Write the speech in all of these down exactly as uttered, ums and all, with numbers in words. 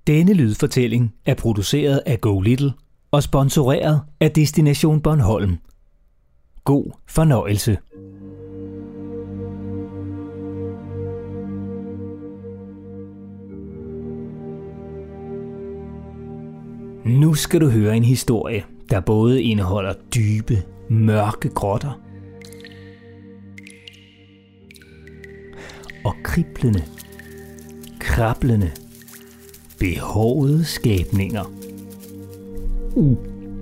Denne lydfortælling er produceret af Go Little og sponsoreret af Destination Bornholm. God fornøjelse. Nu skal du høre en historie, der både indeholder dybe, mørke grotter og kriblende, krablende, behårede skabninger. Uh.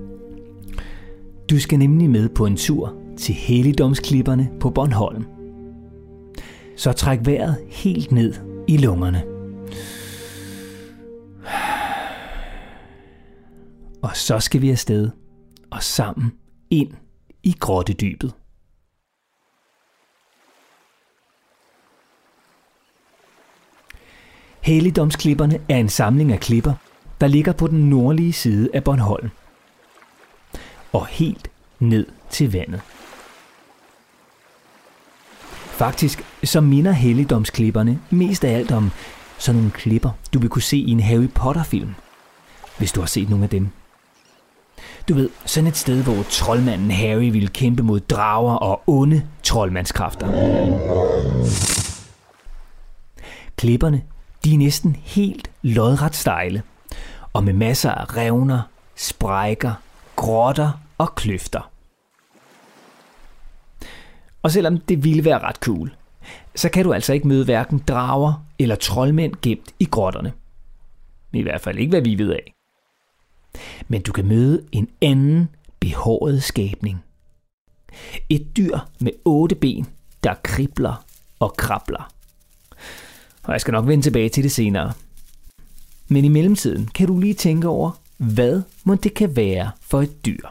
Du skal nemlig med på en tur til Helligdomsklipperne på Bornholm. Så træk vejret helt ned i lungerne. Og så skal vi afsted og sammen ind i grottedybet. Helligdomsklipperne er en samling af klipper, der ligger på den nordlige side af Bornholm og helt ned til vandet. Faktisk så minder Helligdomsklipperne mest af alt om sådan nogle klipper, du vil kunne se i en Harry Potter-film, hvis du har set nogle af dem. Du ved, sådan et sted, hvor troldmanden Harry ville kæmpe mod drager og onde troldmandskræfter. Klipperne, de er næsten helt lodret stejle, og med masser af revner, sprækker, grotter og kløfter. Og selvom det ville være ret cool, så kan du altså ikke møde hverken drager eller troldmænd gemt i grotterne. I hvert fald ikke, hvad vi ved af. Men du kan møde en anden behåret skabning. Et dyr med otte ben, der kribler og krabler. Og jeg skal nok vende tilbage til det senere. Men i mellemtiden kan du lige tænke over, hvad må det kan være for et dyr.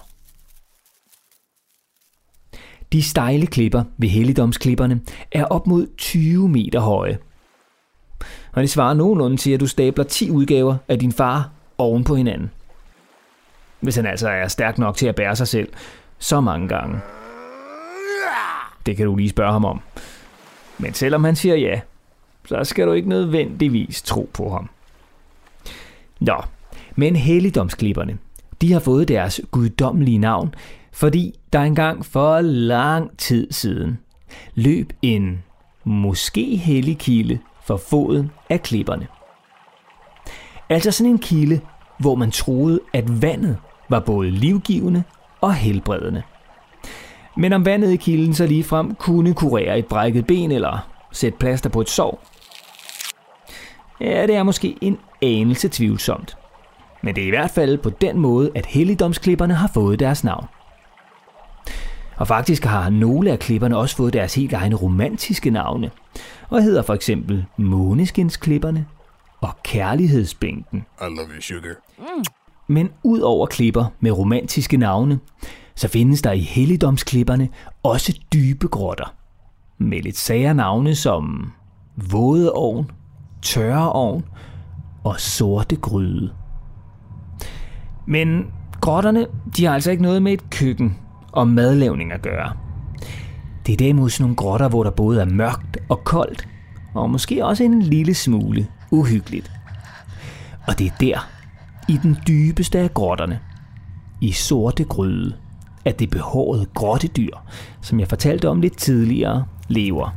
De stejle klipper ved Helligdomsklipperne er op mod tyve meter høje. Og det svarer nogenlunde til, at du stabler ti udgaver af din far oven på hinanden. Hvis han altså er stærk nok til at bære sig selv så mange gange. Det kan du lige spørge ham om. Men selvom han siger ja, så skal du ikke nødvendigvis tro på ham. Nå, men Helligdomsklipperne, de har fået deres guddommelige navn, fordi der engang for lang tid siden løb en måske hellig kilde for foden af klipperne. Altså sådan en kilde, hvor man troede, at vandet var både livgivende og helbredende. Men om vandet i kilden så ligefrem kunne kurere et brækket ben eller sætte plaster på et sår, ja, det er måske en anelse tvivlsomt. Men det er i hvert fald på den måde, at Helligdomsklipperne har fået deres navn. Og faktisk har nogle af klipperne også fået deres helt egne romantiske navne, og hedder for eksempel Måneskinsklipperne og Kærlighedsbænken. I love you, sugar. Mm. Men ud over klipper med romantiske navne, så findes der i Helligdomsklipperne også dybe grotter med lidt sære navne som Vådeovn, Tørreovn og Sorte Gryde. Men grotterne, de har altså ikke noget med et køkken og madlavning at gøre. Det er derimod sådan nogle grotter, hvor der både er mørkt og koldt, og måske også en lille smule uhyggeligt. Og det er der, i den dybeste af grotterne, i Sorte Gryde, at det behårede grottedyr, som jeg fortalte om lidt tidligere, lever.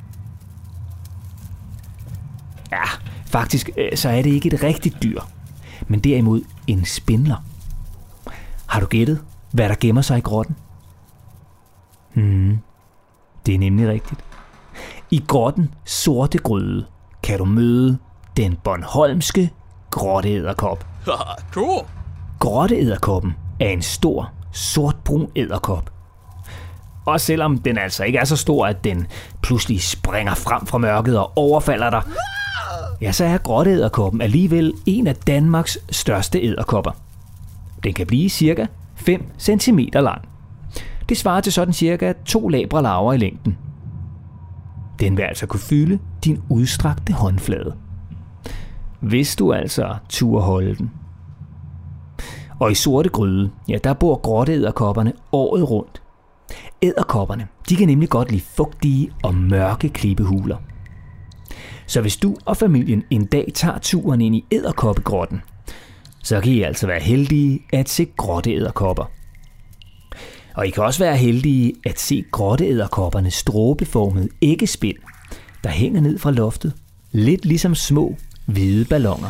Ja, faktisk så er det ikke et rigtigt dyr, men derimod en spindler. Har du gættet, hvad der gemmer sig i grotten? Hmm, det er nemlig rigtigt. I grotten Sorte Gryde kan du møde den bornholmske grotteedderkop. Cool. Grotteedderkoppen er en stor, sortbrun edderkop. Og selvom den altså ikke er så stor, at den pludselig springer frem fra mørket og overfalder dig, ja, så er grotteedderkoppen alligevel en af Danmarks største edderkopper. Den kan blive cirka fem centimeter lang. Det svarer til sådan cirka to labre larver i længden. Den vil altså kunne fylde din udstrakte håndflade, hvis du altså turde holde den. Og i Sorte Gryde, ja, der bor grotteedderkopperne året rundt. Edderkopperne, de kan nemlig godt lide fugtige og mørke klippehuler. Så hvis du og familien en dag tager turen ind i edderkoppegrotten, så kan I altså være heldige at se grotteedderkopper. Og I kan også være heldige at se grotteedderkoppernes stråbeformede æggespind, der hænger ned fra loftet, lidt ligesom små hvide balloner.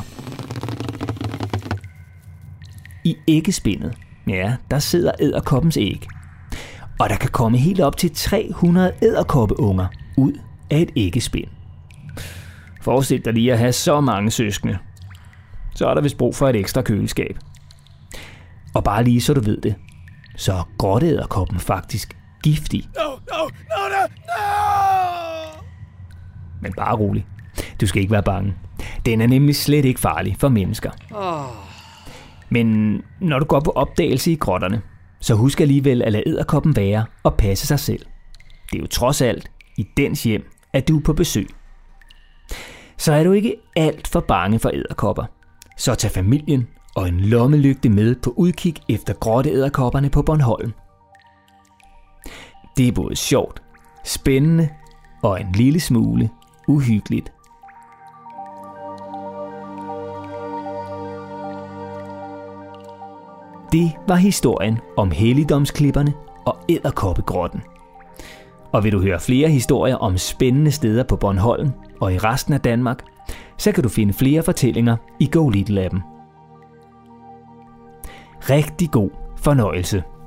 I æggespindet, ja, der sidder edderkoppens æg. Og der kan komme helt op til tre hundrede edderkoppeunger ud af et æggespind. Forestil dig lige at have så mange søskende. Så er der vist brug for et ekstra køleskab. Og bare lige så du ved det, så er grotteedderkoppen faktisk giftig. No, no, no, no, no! Men bare rolig. Du skal ikke være bange. Den er nemlig slet ikke farlig for mennesker. Oh. Men når du går på opdagelse i grotterne, så husk alligevel at lade edderkoppen være og passe sig selv. Det er jo trods alt i dens hjem, at du er på besøg. Så er du ikke alt for bange for edderkopper, så tag familien og en lommelygte med på udkig efter grotteedderkopperne på Bornholm. Det er både sjovt, spændende og en lille smule uhyggeligt. Det var historien om Helligdomsklipperne og edderkoppegrotten. Og vil du høre flere historier om spændende steder på Bornholm og i resten af Danmark, så kan du finde flere fortællinger i Go Little-appen. Rigtig god fornøjelse.